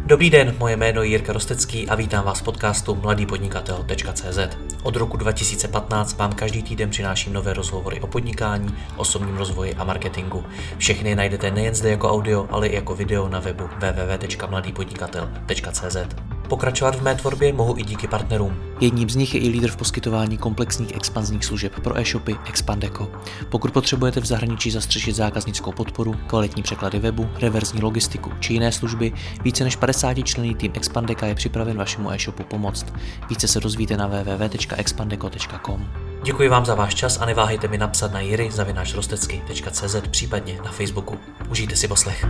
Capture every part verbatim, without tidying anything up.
Dobrý den, moje jméno je Jirka Rostecký a vítám vás v podcastu mladý podnikatel tečka cé zet. Od roku dva tisíce patnáct vám každý týden přináším nové rozhovory o podnikání, osobním rozvoji a marketingu. Všechny najdete nejen zde jako audio, ale i jako video na webu w w w tečka mladý podnikatel tečka cé zet. Pokračovat v mé tvorbě mohu i díky partnerům. Jedním z nich je i lídr v poskytování komplexních expanzních služeb pro e-shopy Expandeco. Pokud potřebujete v zahraničí zastřešit zákaznickou podporu, kvalitní překlady webu, reverzní logistiku či jiné služby, více než padesátičlenný tým Expandeca je připraven vašemu e-shopu pomoct. Více se dozvíte na w w w tečka expandeco tečka com. Děkuji vám za váš čas a neváhejte mi napsat na jiry zavináč rostecky tečka cé zet, případně na Facebooku. Užijte si poslech.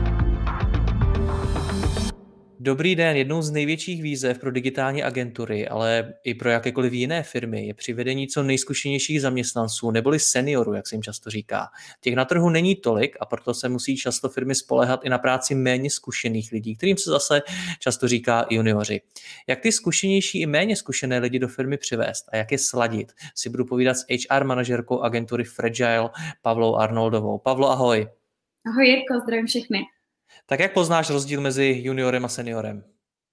Dobrý den, jednou z největších výzev pro digitální agentury, ale i pro jakékoliv jiné firmy je přivedení co nejzkušenějších zaměstnanců, neboli seniorů, jak se jim často říká. Těch na trhu není tolik a proto se musí často firmy spoléhat i na práci méně zkušených lidí, kterým se zase často říká junioři. Jak ty zkušenější i méně zkušené lidi do firmy přivést a jak je sladit, si budu povídat s H R manažerkou agentury Fragile Pavlou Arnoldovou. Pavlo, ahoj. Ahoj Jirko, zdravím všechny. Tak jak poznáš rozdíl mezi juniorem a seniorem?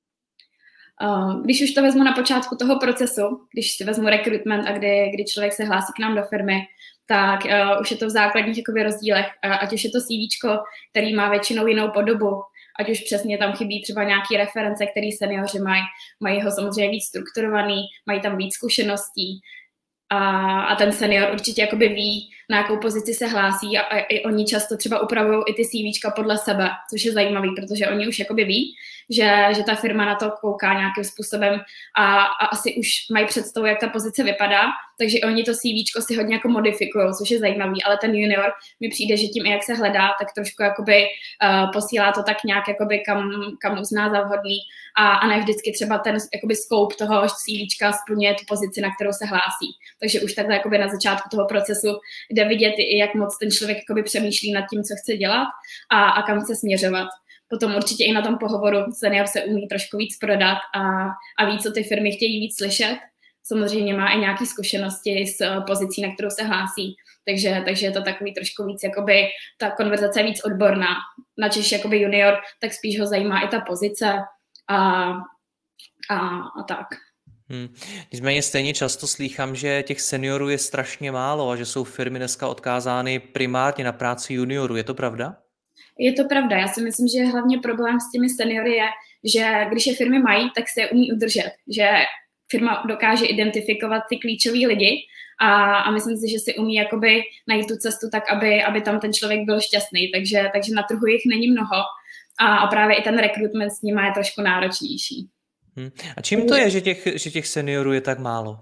Když už to vezmu na počátku toho procesu, když si vezmu recruitment a kdy, kdy člověk se hlásí k nám do firmy, tak uh, už je to v základních jakoby, rozdílech. Ať už je to CVčko, který má většinou jinou podobu, ať už přesně tam chybí třeba nějaký reference, který seniori mají, mají ho samozřejmě víc strukturovaný, mají tam víc zkušeností. A, a ten senior určitě jakoby ví, na jakou pozici se hlásí a, a i oni často třeba upravují i ty CVčka podle sebe, což je zajímavý, protože oni už jakoby ví, že, že ta firma na to kouká nějakým způsobem a, a asi už mají představu, jak ta pozice vypadá, takže oni to CVčko si hodně jako modifikují, což je zajímavý, ale ten junior mi přijde, že tím, jak se hledá, tak trošku jakoby uh, posílá to tak nějak jakoby kam, kam uzná za vhodný a, a ne vždycky třeba ten jakoby scope toho CVčka splňuje tu pozici, na kterou se hlásí. Takže už takhle jakoby na začátku toho procesu jde vidět i jak moc ten člověk jakoby přemýšlí nad tím, co chce dělat a, a kam chce směřovat. Potom určitě i na tom pohovoru senior se umí trošku víc prodat a, a ví, co ty firmy chtějí víc slyšet. Samozřejmě má i nějaké zkušenosti s pozicí, na kterou se hlásí. Takže, takže je to takový trošku víc, jakoby ta konverzace je víc odborná. Načež jakoby junior, tak spíš ho zajímá i ta pozice a, a, a tak. Hmm. Nicméně stejně často slýchám, že těch seniorů je strašně málo a že jsou firmy dneska odkázány primárně na práci juniorů. Je to pravda? Je to pravda. Já si myslím, že hlavně problém s těmi seniory je, že když je firmy mají, tak se je umí udržet. Že firma dokáže identifikovat ty klíčový lidi a, a myslím si, že si umí jakoby najít tu cestu tak, aby, aby tam ten člověk byl šťastný. Takže, takže na trhu jich není mnoho a, a právě i ten recruitment s nimi je trošku náročnější. Hmm. A čím to je, že těch, že těch seniorů je tak málo?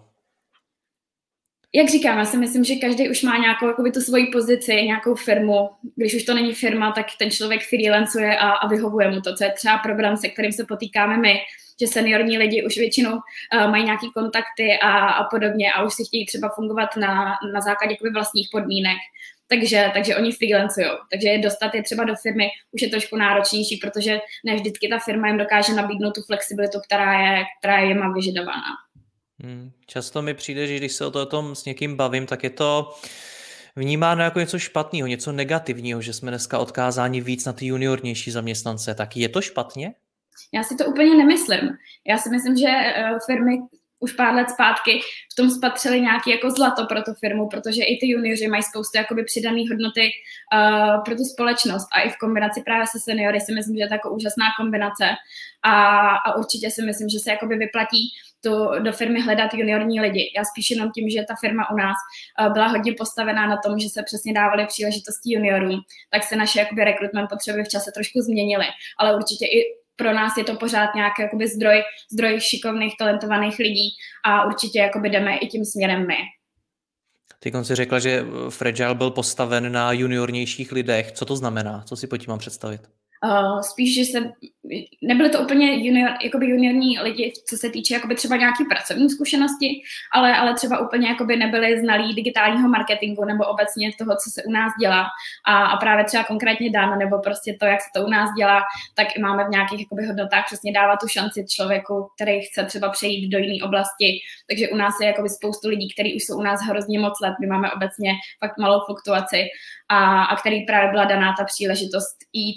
Jak říkám, já si myslím, že každý už má nějakou jakoby, tu svoji pozici, nějakou firmu. Když už to není firma, tak ten člověk freelancuje a, a vyhovuje mu to, co je třeba problém, se kterým se potýkáme my, že seniorní lidi už většinou uh, mají nějaké kontakty a, a podobně a už si chtějí třeba fungovat na, na základě jakoby, vlastních podmínek. Takže, takže oni freelancujou. Takže je dostat je třeba do firmy už je trošku náročnější, protože ne vždycky ta firma jim dokáže nabídnout tu flexibilitu, která je, která je jima vyžadovaná. Hmm. Často mi přijde, že když se o, to, o tom s někým bavím, tak je to vnímáno jako něco špatného, něco negativního, že jsme dneska odkázáni víc na ty juniornější zaměstnance. Tak je to špatně? Já si to úplně nemyslím. Já si myslím, že uh, firmy už pár let zpátky v tom spatřili nějaké jako zlato pro tu firmu, protože i ty junioři mají spoustu jakoby přidané hodnoty uh, pro tu společnost a i v kombinaci právě se seniory si myslím, že je to jako úžasná kombinace a, a určitě si myslím, že se jakoby vyplatí tu, do firmy hledat juniorní lidi. Já spíš jenom tím, že ta firma u nás uh, byla hodně postavená na tom, že se přesně dávaly příležitosti juniorům, tak se naše jakoby recruitment potřeby v čase trošku změnily, ale určitě i pro nás je to pořád nějaký jakoby zdroj, zdroj šikovných, talentovaných lidí a určitě jakoby jdeme i tím směrem my. Ty konci řekla, že Fragile byl postaven na juniornějších lidech. Co to znamená? Co si pod tím mám představit? Uh, spíš, že se, nebyly to úplně junior, jakoby juniorní lidi, co se týče jakoby třeba nějaký pracovní zkušenosti, ale, ale třeba úplně jakoby nebyli znalí digitálního marketingu nebo obecně toho, co se u nás dělá. A, a právě třeba konkrétně Dan, nebo prostě to, jak se to u nás dělá, tak máme v nějakých jakoby hodnotách přesně dávat tu šanci člověku, který chce třeba přejít do jiné oblasti. Takže u nás je jakoby spoustu lidí, kteří už jsou u nás hrozně moc let. My máme obecně fakt malou fluktuaci a, a který právě byla daná ta příležitost jít i bez nějakých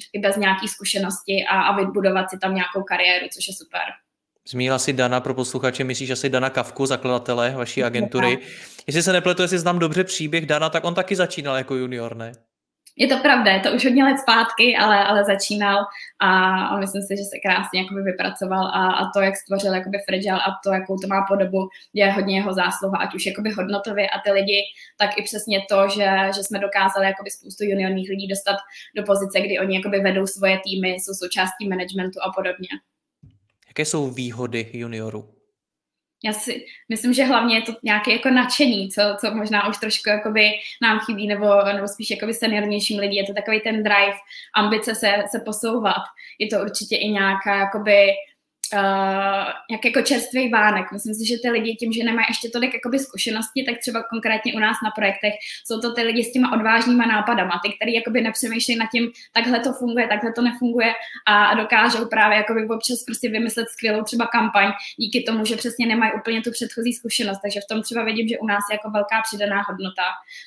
nějaké zkušenosti a, a vybudovat si tam nějakou kariéru, což je super. Zmínila si Dana, pro posluchače myslíš asi Dana Kafku, zakladatele vaší agentury. Jestli se nepletu, jestli znám dobře příběh Dana, tak on taky začínal jako junior, ne? Je to pravda, je to už hodně let zpátky, ale, ale začínal a, a myslím si, že se krásně jakoby vypracoval a, a to, jak stvořil jakoby Fragile a to, jakou to má podobu, je hodně jeho zásluha, ať už jakoby hodnotově a ty lidi, tak i přesně to, že, že jsme dokázali jakoby spoustu juniorních lidí dostat do pozice, kdy oni jakoby vedou svoje týmy, jsou součástí managementu a podobně. Jaké jsou výhody juniorů? Já si myslím, že hlavně je to nějaké jako nadšení, co, co možná už trošku jakoby nám chybí, nebo, nebo spíš jakoby seniornějším lidí. Je to takový ten drive, ambice se, se posouvat. Je to určitě i nějaká jakoby Uh, jak jako čerstvý vánek. Myslím si, že ty lidi tím, že nemají ještě tolik jakoby zkušeností, tak třeba konkrétně u nás na projektech jsou to ty lidi s těma odvážnýma nápadama, ty, který jakoby nepřemýšlejí nad tím, takhle to funguje, takhle to nefunguje a dokážou právě jakoby občas prostě vymyslet skvělou třeba kampaň díky tomu, že přesně nemají úplně tu předchozí zkušenost. Takže v tom třeba vidím, že u nás je jako velká přidaná hodnota.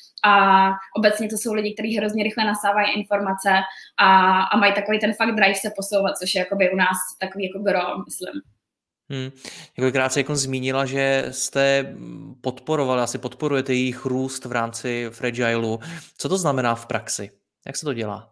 A obecně to jsou lidi, kteří hrozně rychle nasávají informace a, a mají takový ten fakt drive se posouvat, což je jakoby u nás takový jako gro, myslím. Hmm. Několikrát se jako zmínila, že jste podporovali, asi podporujete jejich růst v rámci Fragileu. Co to znamená v praxi? Jak se to dělá?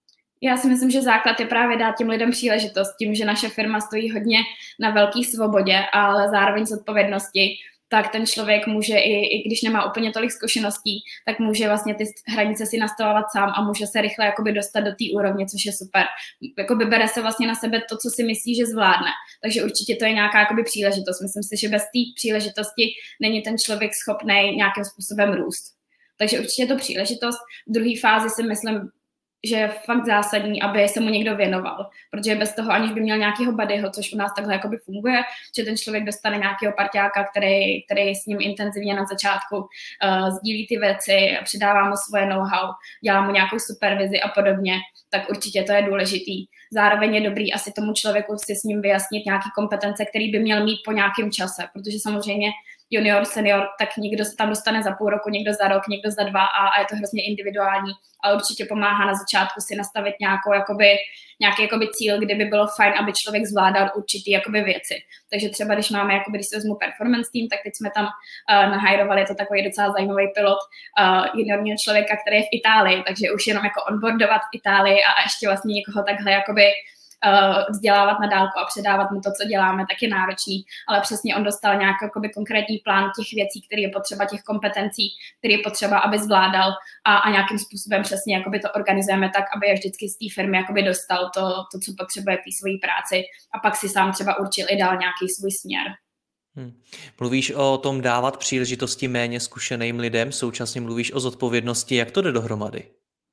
Já si myslím, že základ je právě dát těm lidem příležitost, tím, že naše firma stojí hodně na velké svobodě, ale zároveň z odpovědnosti, tak ten člověk může, i, i když nemá úplně tolik zkušeností, tak může vlastně ty hranice si nastavovat sám a může se rychle jakoby dostat do té úrovně, což je super. Jakoby bere se vlastně na sebe to, co si myslí, že zvládne. Takže určitě to je nějaká jakoby příležitost. Myslím si, že bez té příležitosti není ten člověk schopný nějakým způsobem růst. Takže určitě je to příležitost. V druhé fázi si myslím, že je fakt zásadní, aby se mu někdo věnoval, protože bez toho, aniž by měl nějakého buddyho, což u nás takhle jakoby funguje, že ten člověk dostane nějakého parťáka, který, který s ním intenzivně na začátku uh, sdílí ty věci, přidává mu svoje know-how, dělá mu nějakou supervizi a podobně, tak určitě to je důležitý. Zároveň je dobrý asi tomu člověku si s ním vyjasnit nějaké kompetence, který by měl mít po nějakém čase, protože samozřejmě junior, senior, tak někdo se tam dostane za půl roku, někdo za rok, někdo za dva a, a je to hrozně individuální, ale určitě pomáhá na začátku si nastavit nějakou, jakoby, nějaký jakoby cíl, kde by bylo fajn, aby člověk zvládal určitý jakoby věci. Takže třeba když máme, jakoby, když se vezmu performance team, tak teď jsme tam uh, nahajrovali, je to takový docela zajímavý pilot uh, juniorního člověka, který je v Itálii, takže už jenom jako onboardovat v Itálii a ještě vlastně někoho takhle jakoby Uh, vzdělávat na dálku a předávat mu to, co děláme, tak je náročný, ale přesně on dostal nějaký jakoby, konkrétní plán těch věcí, které je potřeba, těch kompetencí, které je potřeba, aby zvládal a, a nějakým způsobem přesně jakoby, to organizujeme tak, aby je vždycky z té firmy jakoby, dostal to, to, co potřebuje k té svojí práci a pak si sám třeba určil i dal nějaký svůj směr. Hmm. Mluvíš o tom dávat příležitosti méně zkušeným lidem, současně mluvíš o zodpovědnosti, jak to jde dohromady?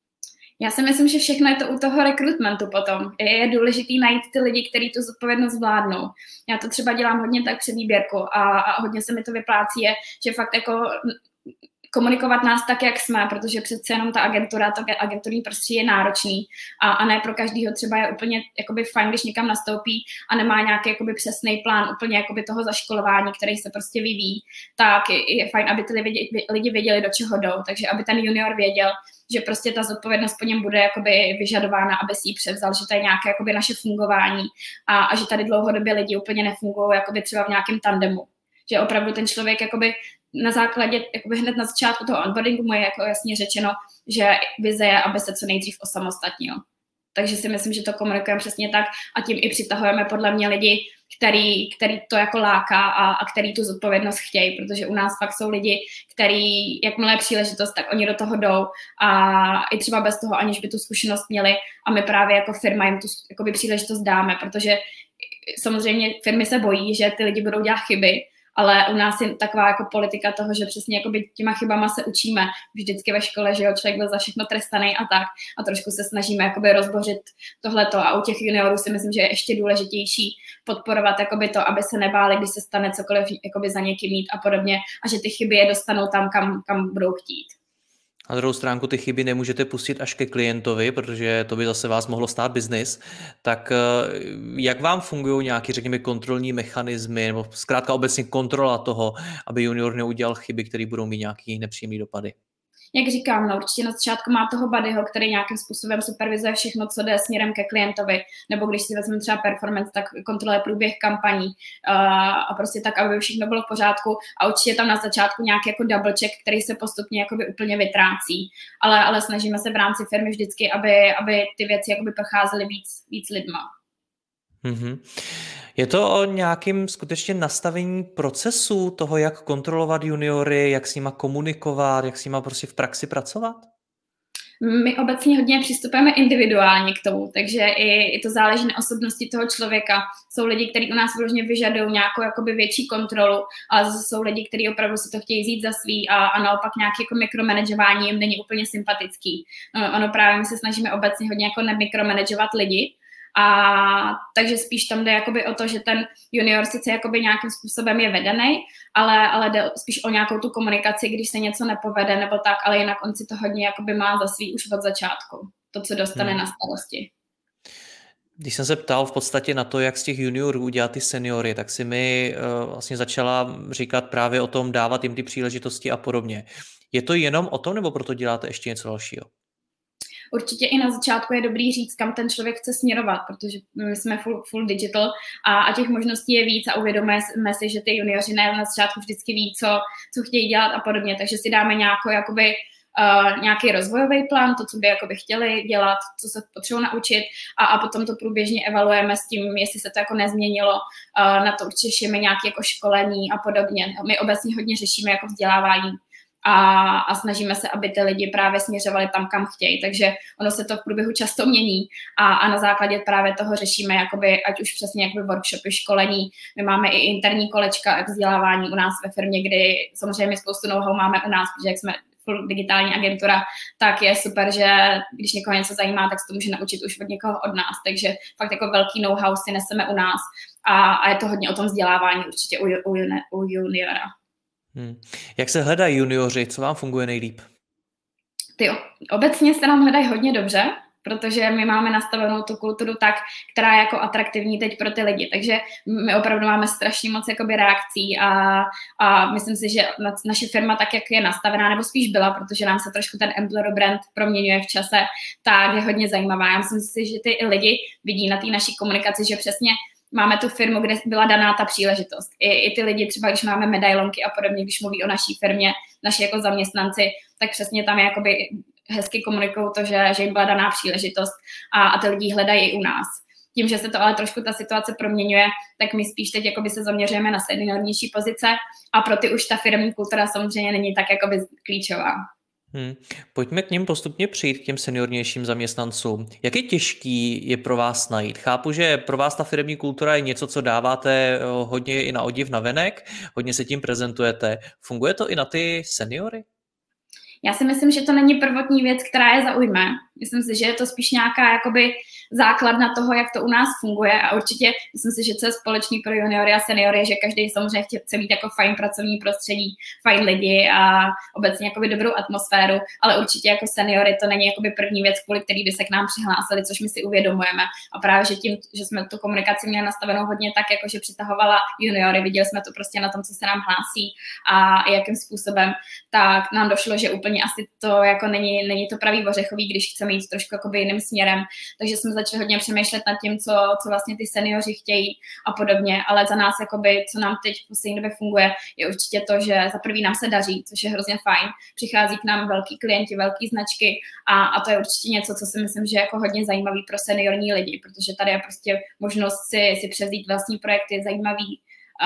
Já si myslím, že všechno je to u toho rekrutmentu potom. Je důležitý najít ty lidi, kteří tu zodpovědnost zvládnou. Já to třeba dělám hodně tak před výběrku a, a hodně se mi to vyplácí, je, že fakt jako komunikovat nás tak, jak jsme, protože přece jenom ta agentura, to agenturní prostředí je náročný a, a ne pro každýho třeba je úplně jakoby fajn, když někam nastoupí a nemá nějaký jakoby přesný plán úplně jakoby toho zaškolování, který se prostě vyvíjí, tak je, je fajn, aby ty lidi, lidi věděli, do čeho jdou, takže aby ten junior věděl, že prostě ta zodpovědnost po něm bude jakoby vyžadována, aby si ji převzal, že to je nějaké jakoby naše fungování a, a že tady dlouhodobě lidi úplně nefungují jakoby třeba v nějakém tandemu. Že opravdu ten člověk jakoby na základě, jakoby hned na začátku toho onboardingu mu je jako jasně řečeno, že vize je, aby se co nejdřív osamostatnil. Takže si myslím, že to komunikujeme přesně tak a tím i přitahujeme podle mě lidi, který, který to jako láká a, a který tu zodpovědnost chtějí, protože u nás fakt jsou lidi, který, jakmile je příležitost, tak oni do toho jdou a i třeba bez toho, aniž by tu zkušenost měli a my právě jako firma jim tu jakoby, příležitost dáme, protože samozřejmě firmy se bojí, že ty lidi budou dělat chyby, ale u nás je taková jako politika toho, že přesně jakoby těma chybama se učíme vždycky ve škole, že jo, člověk byl za všechno trestaný a tak a trošku se snažíme jakoby rozbořit tohleto a u těch juniorů si myslím, že je ještě důležitější podporovat jakoby to, aby se nebáli, když se stane cokoliv jakoby za někým jít a podobně a že ty chyby je dostanou tam, kam, kam budou chtít. Na druhou stránku ty chyby nemůžete pustit až ke klientovi, protože to by zase vás mohlo stát biznis. Tak jak vám fungují nějaké, řekněme, kontrolní mechanismy, nebo zkrátka obecně kontrola toho, aby junior neudělal chyby, které budou mít nějaké nepříjemné dopady? Jak říkám, no, určitě na začátku má toho buddyho, který nějakým způsobem supervizuje všechno, co jde směrem ke klientovi, nebo když si vezmeme třeba performance, tak kontroluje průběh kampaní uh, a prostě tak, aby všechno bylo v pořádku a určitě tam na začátku nějaký jako double check, který se postupně jakoby úplně vytrácí, ale, ale snažíme se v rámci firmy vždycky, aby, aby ty věci jakoby procházely víc, víc lidma. Mm-hmm. Je to o nějakým skutečně nastavení procesu toho, jak kontrolovat juniory, jak s nima komunikovat, jak s nima prostě v praxi pracovat? My obecně hodně přistupujeme individuálně k tomu, takže i, i to záleží na osobnosti toho člověka. Jsou lidi, kteří u nás vyloženě vyžadují nějakou jakoby větší kontrolu, ale zase jsou lidi, kteří opravdu si to chtějí vzít za svý a, a naopak nějaké jako mikromanažování jim není úplně sympatický. No, ono právě my se snažíme obecně hodně jako nemikromanagovat lidi, a takže spíš tam jde jakoby o to, že ten junior sice jakoby nějakým způsobem je vedený, ale, ale jde spíš o nějakou tu komunikaci, když se něco nepovede nebo tak, ale jinak on si to hodně jakoby má za svý už od začátku, to, co dostane hmm. na starosti. Když jsem se ptal v podstatě na to, jak z těch juniorů udělat ty seniory, tak si mi uh, vlastně začala říkat právě o tom, dávat jim ty příležitosti a podobně. Je to jenom o tom, nebo proto děláte ještě něco dalšího? Určitě i na začátku je dobrý říct, kam ten člověk chce směrovat, protože my jsme full, full digital a, a těch možností je víc a uvědomujeme si, že ty junioři ne na začátku vždycky ví, co, co chtějí dělat a podobně, takže si dáme nějakou, jakoby, uh, nějaký rozvojový plán, to, co by jakoby chtěli dělat, co se potřebují naučit a, a potom to průběžně evaluujeme s tím, jestli se to jako nezměnilo, uh, na to určitě šijeme nějaké jako školení a podobně. My obecně hodně řešíme jako vzdělávání. A, a snažíme se, aby ty lidi právě směřovali tam, kam chtějí. Takže ono se to v průběhu často mění a, a na základě právě toho řešíme, jakoby, ať už přesně jakoby workshopy, školení. My máme i interní kolečka vzdělávání u nás ve firmě, kdy samozřejmě spoustu know-how máme u nás, protože jak jsme full digitální agentura, tak je super, že když někoho něco zajímá, tak se to může naučit už od někoho od nás. Takže fakt jako velký know-how si neseme u nás a, a je to hodně o tom vzdělávání určitě u, u, u juniora. Hmm. Jak se hledají junioři? Co vám funguje nejlíp? Ty obecně se nám hledají hodně dobře, protože my máme nastavenou tu kulturu tak, která je jako atraktivní teď pro ty lidi. Takže my opravdu máme strašně moc jakoby reakcí a, a myslím si, že naše firma tak, jak je nastavená, nebo spíš byla, protože nám se trošku ten employer brand proměňuje v čase, tak je hodně zajímavá. Já myslím si, že ty lidi vidí na té naší komunikaci, že přesně máme tu firmu, kde byla daná ta příležitost. I, i ty lidi třeba, když máme medailonky a podobně, když mluví o naší firmě, naši jako zaměstnanci, tak přesně tam je jakoby hezky komunikují to, že, že jim byla daná příležitost a, a ty lidi hledají i u nás. Tím, že se to ale trošku ta situace proměňuje, tak my spíš teď jakoby se zaměřujeme na seniornější pozice a pro ty už ta firmní kultura samozřejmě není tak jakoby klíčová. Hmm. Pojďme k nim postupně přijít, k těm seniornějším zaměstnancům. Jak je těžký je pro vás najít? Chápu, že pro vás ta firemní kultura je něco, co dáváte hodně i na odiv na venek, hodně se tím prezentujete. Funguje to i na ty seniory? Já si myslím, že to není prvotní věc, která je zaujme. Myslím si, že je to spíš nějaká jakoby základna toho, jak to u nás funguje a určitě myslím si, že co je společný pro juniory a seniory, že každý samozřejmě chce mít jako fajn pracovní prostředí, fajn lidi a obecně jakoby dobrou atmosféru, ale určitě jako seniory to není jakoby první věc, kvůli který by se k nám přihlásili, což my si uvědomujeme. A právě, že tím, že jsme tu komunikaci měli nastavenou hodně tak, jako že přitahovala juniory, viděli jsme to prostě na tom, co se nám hlásí a jakým způsobem, tak nám došlo, že úplně asi to jako není, není to pravý ořechový, když chceme jít trošku jakoby jiným směrem. Takže jsme začali hodně přemýšlet nad tím, co, co vlastně ty seniori chtějí a podobně, ale za nás, jakoby, co nám teď v poslední době funguje, je určitě to, že za prvý nám se daří, což je hrozně fajn. Přichází k nám velký klienti, velký značky a, a to je určitě něco, co si myslím, že je jako hodně zajímavý pro seniorní lidi, protože tady je prostě možnost si, si převzít vlastní projekty zajímavý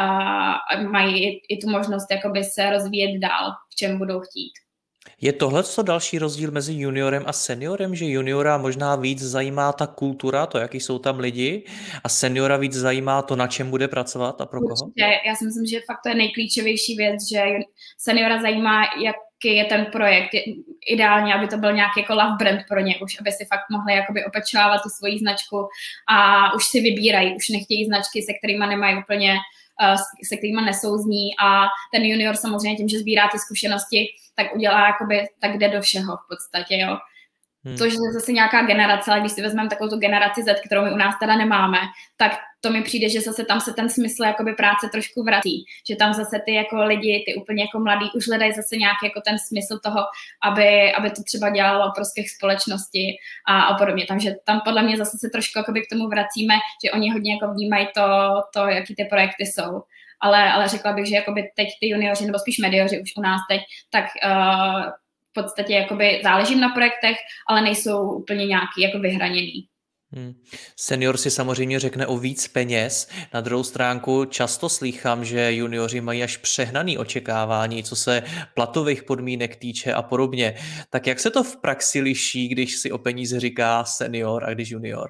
a mají i, i tu možnost jakoby se rozvíjet dál, v čem budou chtít. Je tohle co další rozdíl mezi juniorem a seniorem, že juniora možná víc zajímá ta kultura, to, jaký jsou tam lidi, a seniora víc zajímá to, na čem bude pracovat a pro koho? Určitě. Já si myslím, že fakt to je nejklíčovější věc, že seniora zajímá, jaký je ten projekt. Ideálně, aby to byl nějaký jako love brand pro ně, už aby si fakt mohli jakoby opečovávat tu svoji značku a už si vybírají, už nechtějí značky, se kterými nemají úplně se kterýma nesouzní a ten junior samozřejmě tím, že sbírá ty zkušenosti, tak udělá jakoby, tak jde do všeho v podstatě, jo. Hmm. Což je zase nějaká generace, ale když si vezmeme takovou tu generaci Z, kterou my u nás teda nemáme, tak to mi přijde, že zase tam se ten smysl jakoby práce trošku vrací. Že tam zase ty jako lidi, ty úplně jako mladí, už hledají zase nějaký jako ten smysl toho, aby, aby to třeba dělalo prospěch společnosti a, a podobně. Takže tam podle mě zase se trošku jakoby k tomu vracíme, že oni hodně jako vnímají to, to jaký ty projekty jsou. Ale, ale řekla bych, že jakoby teď ty junioři, nebo spíš medioři už u nás teď, tak uh, v podstatě jakoby záleží na projektech, ale nejsou úplně nějaký jako vyhraněný. Hmm. Senior si samozřejmě řekne o víc peněz. Na druhou stránku často slýchám, že junioři mají až přehnaný očekávání, co se platových podmínek týče a podobně. Tak jak se to v praxi liší, když si o peníze říká senior a když junior?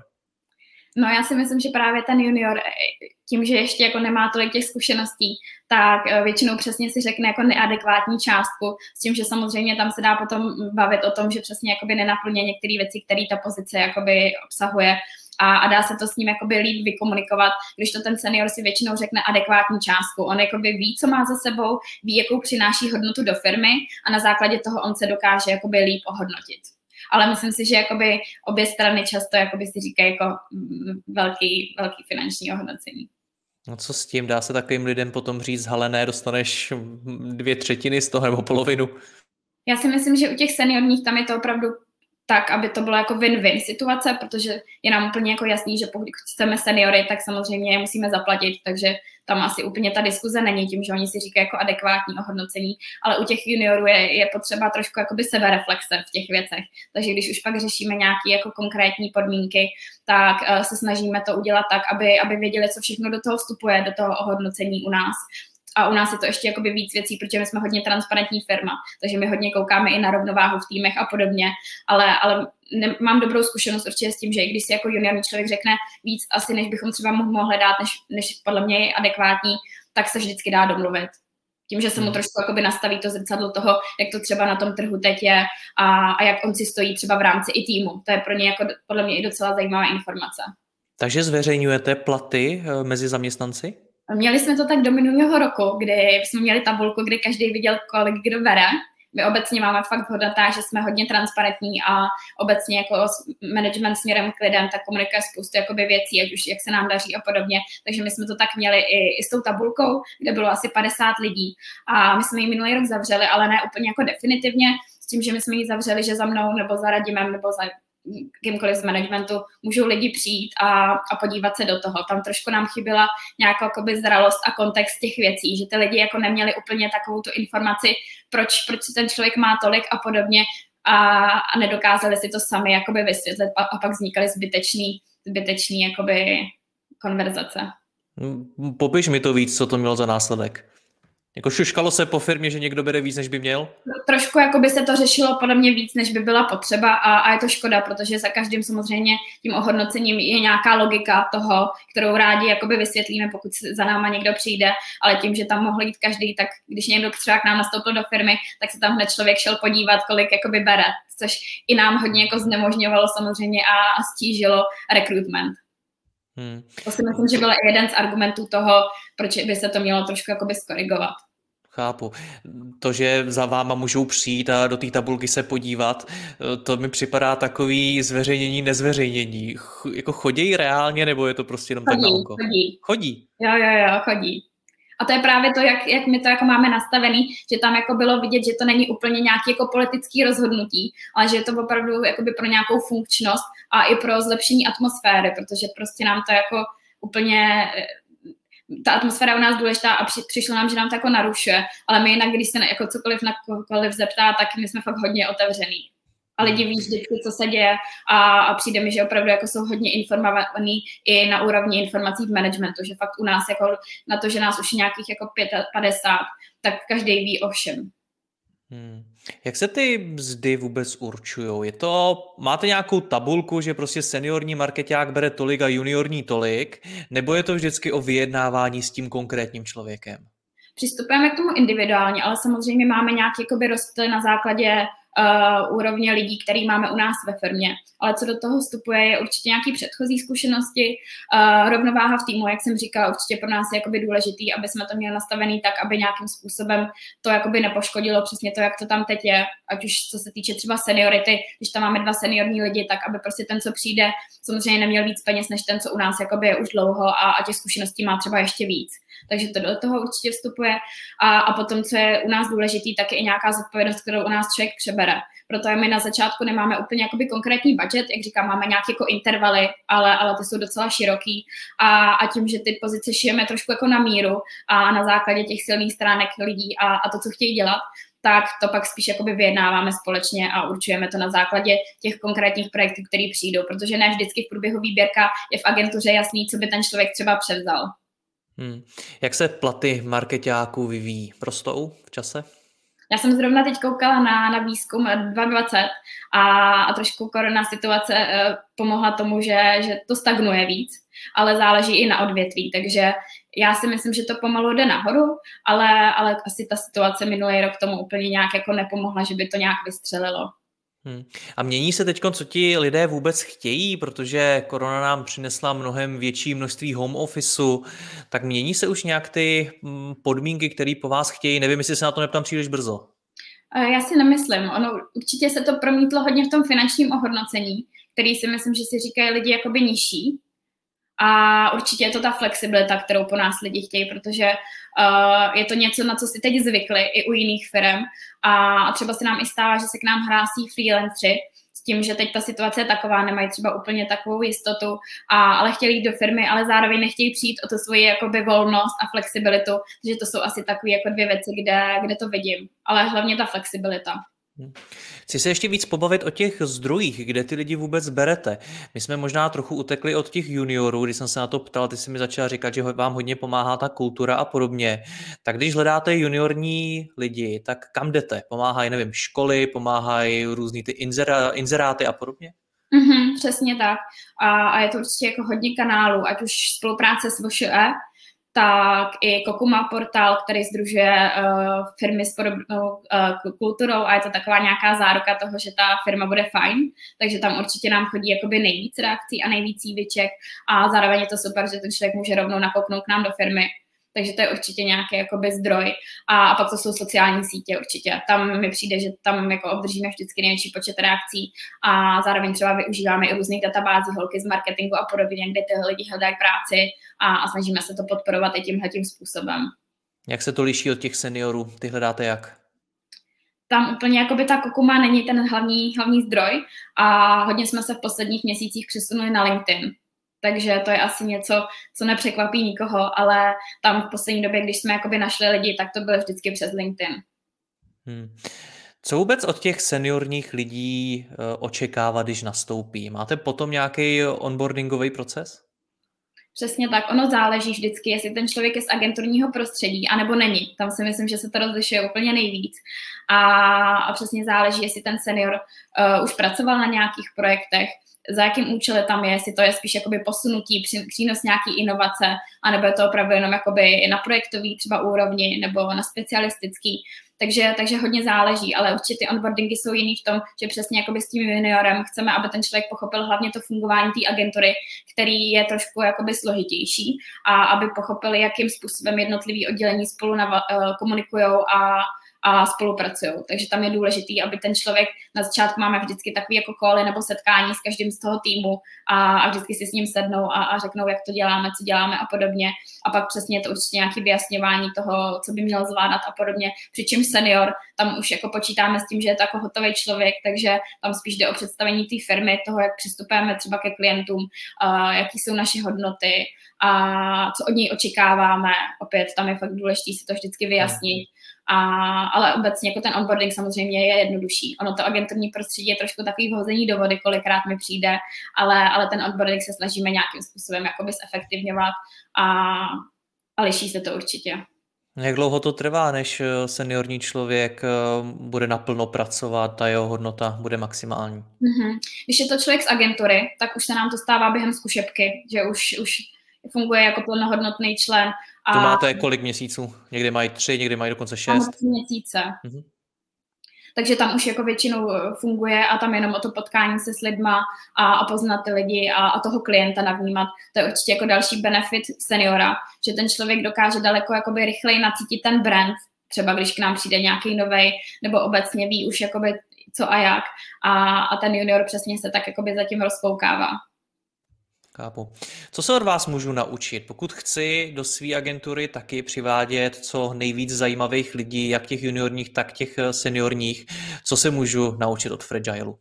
No já si myslím, že právě ten junior, tím, že ještě jako nemá tolik těch zkušeností, tak většinou přesně si řekne jako neadekvátní částku, s tím, že samozřejmě tam se dá potom bavit o tom, že přesně jakoby nenaplně některé věci, které ta pozice jakoby obsahuje a, a dá se to s ním jakoby líp vykomunikovat, když to ten senior si většinou řekne adekvátní částku. On jakoby ví, co má za sebou, ví, jakou přináší hodnotu do firmy a na základě toho on se dokáže jakoby líp ohodnotit. Ale myslím si, že jakoby obě strany často jakoby si říkají jako velký, velký finanční ohodnocení. No co s tím? Dá se takovým lidem potom říct, hele, ne, dostaneš dvě třetiny z toho nebo polovinu? Já si myslím, že u těch seniorních tam je to opravdu tak, aby to bylo jako win-win situace, protože je nám úplně jako jasný, že pokud chceme seniory, tak samozřejmě je musíme zaplatit, takže tam asi úplně ta diskuze není tím, že oni si říkají jako adekvátní ohodnocení, ale u těch juniorů je, je potřeba trošku jakoby sebereflexe v těch věcech. Takže když už pak řešíme nějaké jako konkrétní podmínky, tak uh, se snažíme to udělat tak, aby, aby věděli, co všechno do toho vstupuje, do toho ohodnocení u nás. A u nás je to ještě jakoby víc věcí, protože my jsme hodně transparentní firma, takže my hodně koukáme i na rovnováhu v týmech a podobně, ale, ale ne, mám dobrou zkušenost určitě s tím, že i když si jako juniorní člověk řekne víc asi, než bychom třeba mohli dát, než, než podle mě je adekvátní, tak se vždycky dá domluvit. Tím, že se mu trošku jakoby nastaví to zrcadlo toho, jak to třeba na tom trhu teď je a, a jak on si stojí třeba v rámci i týmu. To je pro ně jako podle mě i docela zajímavá informace. Takže zveřejňujete platy mezi zaměstnanci? Měli jsme to tak do minulého roku, kdy jsme měli tabulku, kdy každý viděl, kolik kdo bere. My obecně máme fakt hodnota, že jsme hodně transparentní a obecně jako management směrem k lidem tak komunikuje spoustu jakoby věcí, ať už jak se nám daří a podobně. Takže my jsme to tak měli i, i s tou tabulkou, kde bylo asi padesát lidí. A my jsme ji minulý rok zavřeli, ale ne úplně jako definitivně, s tím, že my jsme ji zavřeli, že za mnou nebo za Radimem nebo za kýmkoliv z managementu můžou lidi přijít a, a podívat se do toho. Tam trošku nám chyběla nějaká jakoby zralost a kontext těch věcí, že ty lidi jako neměli úplně takovou tu informaci, proč, proč ten člověk má tolik a podobně a, a nedokázali si to sami jakoby vysvětlit a, a pak vznikaly zbytečný, zbytečný jakoby konverzace. Popiš mi to víc, co to mělo za následek. Jako šuškalo se po firmě, že někdo bere víc, než by měl? Trošku jako by se to řešilo podle mě víc, než by byla potřeba a, a je to škoda, protože za každým samozřejmě tím ohodnocením je nějaká logika toho, kterou rádi jakoby vysvětlíme, pokud za náma někdo přijde, ale tím, že tam mohl jít každý, tak když někdo třeba k nám nastoupil do firmy, tak se tam hned člověk šel podívat, kolik jakoby bere, což i nám hodně jako znemožňovalo samozřejmě a, a stížilo recruitment. Hmm. To si myslím, že byl jeden z argumentů toho, proč by se to mělo trošku jakoby skorigovat. Chápu. To, že za váma můžou přijít a do té tabulky se podívat, to mi připadá takový zveřejnění, nezveřejnění. Ch- jako chodí reálně, nebo je to prostě jenom chodí, tak na oko? Chodí. Chodí? Jo, jo, jo, chodí. A to je právě to, jak, jak my to jako máme nastavený, že tam jako bylo vidět, že to není úplně nějaké jako politické rozhodnutí, ale že je to opravdu jakoby pro nějakou funkčnost a i pro zlepšení atmosféry, protože prostě nám to jako úplně, ta atmosféra u nás důležitá a při, přišlo nám, že nám to jako narušuje, ale my jinak, když se na, jako cokoliv na kohokoliv zeptá, tak my jsme fakt hodně otevřený. A lidi ví vždycky, co se děje a, a přijde mi, že opravdu jako jsou hodně informovaní i na úrovni informací v managementu, že fakt u nás jako na to, že nás už je nějakých jako padesát, tak každý ví o všem. Hmm. Jak se ty mzdy vůbec určujou? Je to, máte nějakou tabulku, že prostě seniorní markeťák bere tolik a juniorní tolik, nebo je to vždycky o vyjednávání s tím konkrétním člověkem? Přistupujeme k tomu individuálně, ale samozřejmě máme nějaké jakoby rozptyly na základě uh, úrovně lidí, který máme u nás ve firmě. Ale co do toho vstupuje, je určitě nějaký předchozí zkušenosti, uh, rovnováha v týmu, jak jsem říkala, určitě pro nás je jakoby důležitý, aby jsme to měli nastavený tak, aby nějakým způsobem to jakoby nepoškodilo přesně to, jak to tam teď je, ať už co se týče třeba seniority, když tam máme dva seniorní lidi, tak aby prostě ten, co přijde, samozřejmě neměl víc peněz než ten, co u nás jakoby je už dlouho a, a těch zkušeností má třeba ještě víc. Takže to do toho určitě vstupuje. A, a potom, co je u nás důležitý, tak je i nějaká zodpovědnost, kterou u nás člověk přebere. Proto my na začátku nemáme úplně jakoby konkrétní budget, jak říkám, máme nějaké jako intervaly, ale, ale ty jsou docela široký. A, a tím, že ty pozice šijeme trošku jako na míru a na základě těch silných stránek lidí a, a to, co chtějí dělat, tak to pak spíš jakoby vyjednáváme společně a určujeme to na základě těch konkrétních projektů, které přijdou, protože ne vždycky v průběhu výběrka je v agentuře jasný, co by ten člověk třeba převzal. Hmm. Jak se platy markeťáků vyvíjí? Rostou v čase? Já jsem zrovna teď koukala na, na výzkum dvacet dvacet a, a trošku korona situace uh, pomohla tomu, že, že to stagnuje víc, ale záleží i na odvětví, takže já si myslím, že to pomalu jde nahoru, ale, ale asi ta situace minulý rok tomu úplně nějak jako nepomohla, že by to nějak vystřelilo. Hmm. A mění se teď, co ti lidé vůbec chtějí, protože korona nám přinesla mnohem větší množství home officeu, tak mění se už nějak ty podmínky, které po vás chtějí? Nevím, jestli se na to neptám příliš brzo. Já si nemyslím. Ono určitě se to promítlo hodně v tom finančním ohodnocení, který si myslím, že si říkají lidi jakoby nižší. A určitě je to ta flexibilita, kterou po nás lidi chtějí, protože uh, je to něco, na co si teď zvykli i u jiných firm. A, a třeba se nám i stává, že se k nám hlásí freelancři s tím, že teď ta situace je taková, nemají třeba úplně takovou jistotu, a, ale chtěli jít do firmy, ale zároveň nechtějí přijít o tu svoji jakoby volnost a flexibilitu. Takže to jsou asi takové jako dvě věci, kde, kde to vidím. Ale hlavně ta flexibilita. Chci se ještě víc pobavit o těch zdrojích, kde ty lidi vůbec berete. My jsme možná trochu utekli od těch juniorů, když jsem se na to ptal, ty jsi mi začala říkat, že vám hodně pomáhá ta kultura a podobně. Tak když hledáte juniorní lidi, tak kam jdete? Pomáhají, nevím, školy, pomáhají různý ty inzera, inzeráty a podobně? Mm-hmm, přesně tak. A, a je to určitě jako hodně kanálů, ať už spolupráce s V Š E, tak i Kokuma portál, který sdružuje uh, firmy s podobnou uh, kulturou a je to taková nějaká záruka toho, že ta firma bude fajn, takže tam určitě nám chodí jakoby nejvíc reakcí a nejvíc cíviček a zároveň je to super, že ten člověk může rovnou nakouknout k nám do firmy. Takže to je určitě nějaký jakoby zdroj. A, a pak to jsou sociální sítě určitě. Tam mi přijde, že tam jako obdržíme vždycky největší počet reakcí a zároveň třeba využíváme i různých databází, holky z marketingu a podobně, kde ty lidi hledají práci a, a snažíme se to podporovat i tímhletím způsobem. Jak se to liší od těch seniorů? Ty hledáte jak? Tam úplně jakoby ta Kokuma není ten hlavní, hlavní zdroj a hodně jsme se v posledních měsících přesunuli na LinkedIn. Takže to je asi něco, co nepřekvapí nikoho, ale tam v poslední době, když jsme jakoby našli lidi, tak to bylo vždycky přes LinkedIn. Hmm. Co vůbec od těch seniorních lidí uh, očekávat, když nastoupí? Máte potom nějaký onboardingový proces? Přesně tak, ono záleží vždycky, jestli ten člověk je z agenturního prostředí, anebo není. Tam si myslím, že se to rozlišuje úplně nejvíc. A, a přesně záleží, jestli ten senior uh, už pracoval na nějakých projektech, za jakým účelem tam je, jestli to je spíš jakoby posunutí, přínos nějaký inovace, anebo je to opravdu jenom jakoby na projektový třeba úrovni nebo na specialistický. Takže, takže hodně záleží, ale určitě ty onboardingy jsou jiný v tom, že přesně jakoby s tím juniorem chceme, aby ten člověk pochopil hlavně to fungování té agentury, který je trošku jakoby složitější a aby pochopili, jakým způsobem jednotlivý oddělení spolu nav- komunikujou a a spolupracují. Takže tam je důležitý, aby ten člověk, na začátku máme vždycky takový jako koly nebo setkání s každým z toho týmu a, a vždycky si s ním sednou a, a řeknou, jak to děláme, co děláme a podobně. A pak přesně je to určitě nějaké vyjasňování toho, co by měl zvládat a podobně. Přičemž senior, tam už jako počítáme s tím, že je to jako hotový člověk, takže tam spíš jde o představení té firmy, toho, jak přistupujeme třeba ke klientům, uh, jaký jsou naše hodnoty a co od něj očekáváme. Opět tam je fakt důležité si to vždycky vyjasnit. A, ale obecně jako ten onboarding samozřejmě je jednodušší. Ono to agenturní prostředí je trošku takový vhození do vody, kolikrát mi přijde, ale, ale ten onboarding se snažíme nějakým způsobem jakoby zefektivňovat a, a liší se to určitě. Jak dlouho to trvá, než seniorní člověk bude naplno pracovat a jeho hodnota bude maximální? Mm-hmm. Když je to člověk z agentury, tak už se nám to stává během zkušebky, že už, už funguje jako plnohodnotný člen. A... To máte kolik měsíců? Někdy mají tři, někdy mají dokonce šest? Tři měsíce. Mm-hmm. Takže tam už jako většinou funguje a tam jenom o to potkání se s lidma a, a poznat ty lidi a, a toho klienta navnímat. To je určitě jako další benefit seniora, že ten člověk dokáže daleko jakoby rychleji nacítit ten brand, třeba když k nám přijde nějaký novej, nebo obecně ví už jakoby co a jak a, a ten junior přesně se tak jakoby zatím rozkoukává. Chápu. Co se od vás můžu naučit, pokud chci do své agentury taky přivádět co nejvíc zajímavých lidí, jak těch juniorních, tak těch seniorních, co se můžu naučit od Fragilu?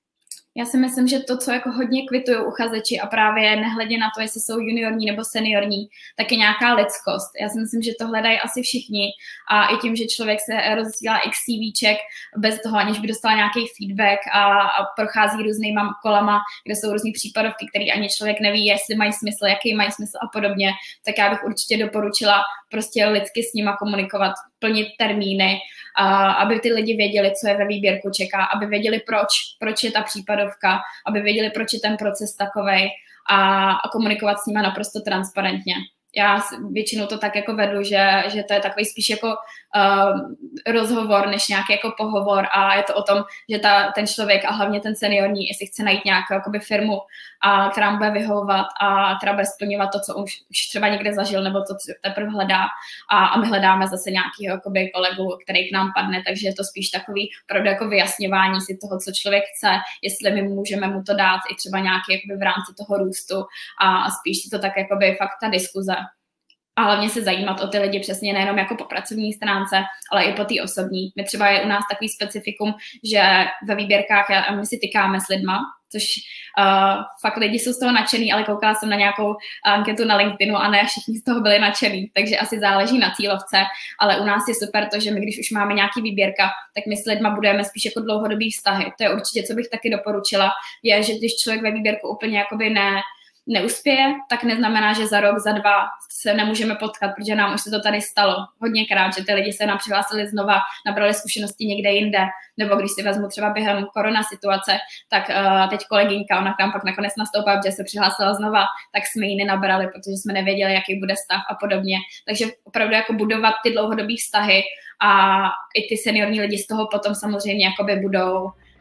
Já si myslím, že to, co jako hodně kvitují uchazeči a právě nehledě na to, jestli jsou juniorní nebo seniorní, tak je nějaká lidskost. Já si myslím, že to hledají asi všichni a i tím, že člověk se rozesílá x CVček bez toho, aniž by dostal nějaký feedback a, a prochází různýma kolama, kde jsou různý případovky, které ani člověk neví, jestli mají smysl, jaký mají smysl a podobně, tak já bych určitě doporučila prostě lidsky s nima komunikovat, plnit termíny, a aby ty lidi věděli, co je ve výběrku čeká, aby věděli, proč, proč je ta případovka, aby věděli, proč je ten proces takovej a, a komunikovat s nima naprosto transparentně. Já většinou to tak jako vedu, že, že to je takový spíš jako uh, rozhovor, než nějaký jako pohovor a je to o tom, že ta, ten člověk a hlavně ten seniorní, jestli chce najít nějakou jakoby firmu, a, která mu bude vyhovovat a která bude splňovat to, co už, už třeba někde zažil nebo to, co teprve hledá a, a my hledáme zase nějakého jakoby kolegu, který k nám padne, takže je to spíš takový opravdu jako vyjasňování si toho, co člověk chce, jestli my můžeme mu to dát i třeba nějaký jakoby v rámci toho růstu a, a spíš si to tak jakoby fakt ta diskuze. A hlavně se zajímat o ty lidi přesně nejenom jako po pracovní stránce, ale i po té osobní. My třeba je u nás takový specifikum, že ve výběrkách my si tykáme s lidma, což uh, fakt lidi jsou z toho nadšený, ale koukala jsem na nějakou anketu na LinkedInu a ne všichni z toho byli nadšený, takže asi záleží na cílovce, ale u nás je super to, že my když už máme nějaký výběrka, tak my s lidma budujeme spíš jako dlouhodobý vztahy. To je určitě, co bych taky doporučila, je, že když člověk ve výběrku úplně jakoby ne neuspěje, tak neznamená, že za rok, za dva se nemůžeme potkat, protože nám už se to tady stalo hodněkrát, že ty lidi se nám přihlásili znova, nabrali zkušenosti někde jinde, nebo když si vezmu třeba během korona situace, tak uh, teď kolegynka, ona tam pak nakonec nastoupila, protože se přihlásila znova, tak jsme ji nenabrali, protože jsme nevěděli, jaký bude stav a podobně. Takže opravdu jako budovat ty dlouhodobý vztahy a i ty seniorní lidi z toho potom samozřejmě jakoby budou,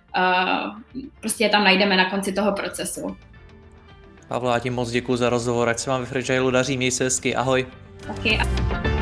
uh, prostě je tam najdeme na konci toho procesu. Pavlo, já ti moc děkuji za rozhovor, ať se vám ve Fragilu daří, měj se hezky, ahoj. Taky.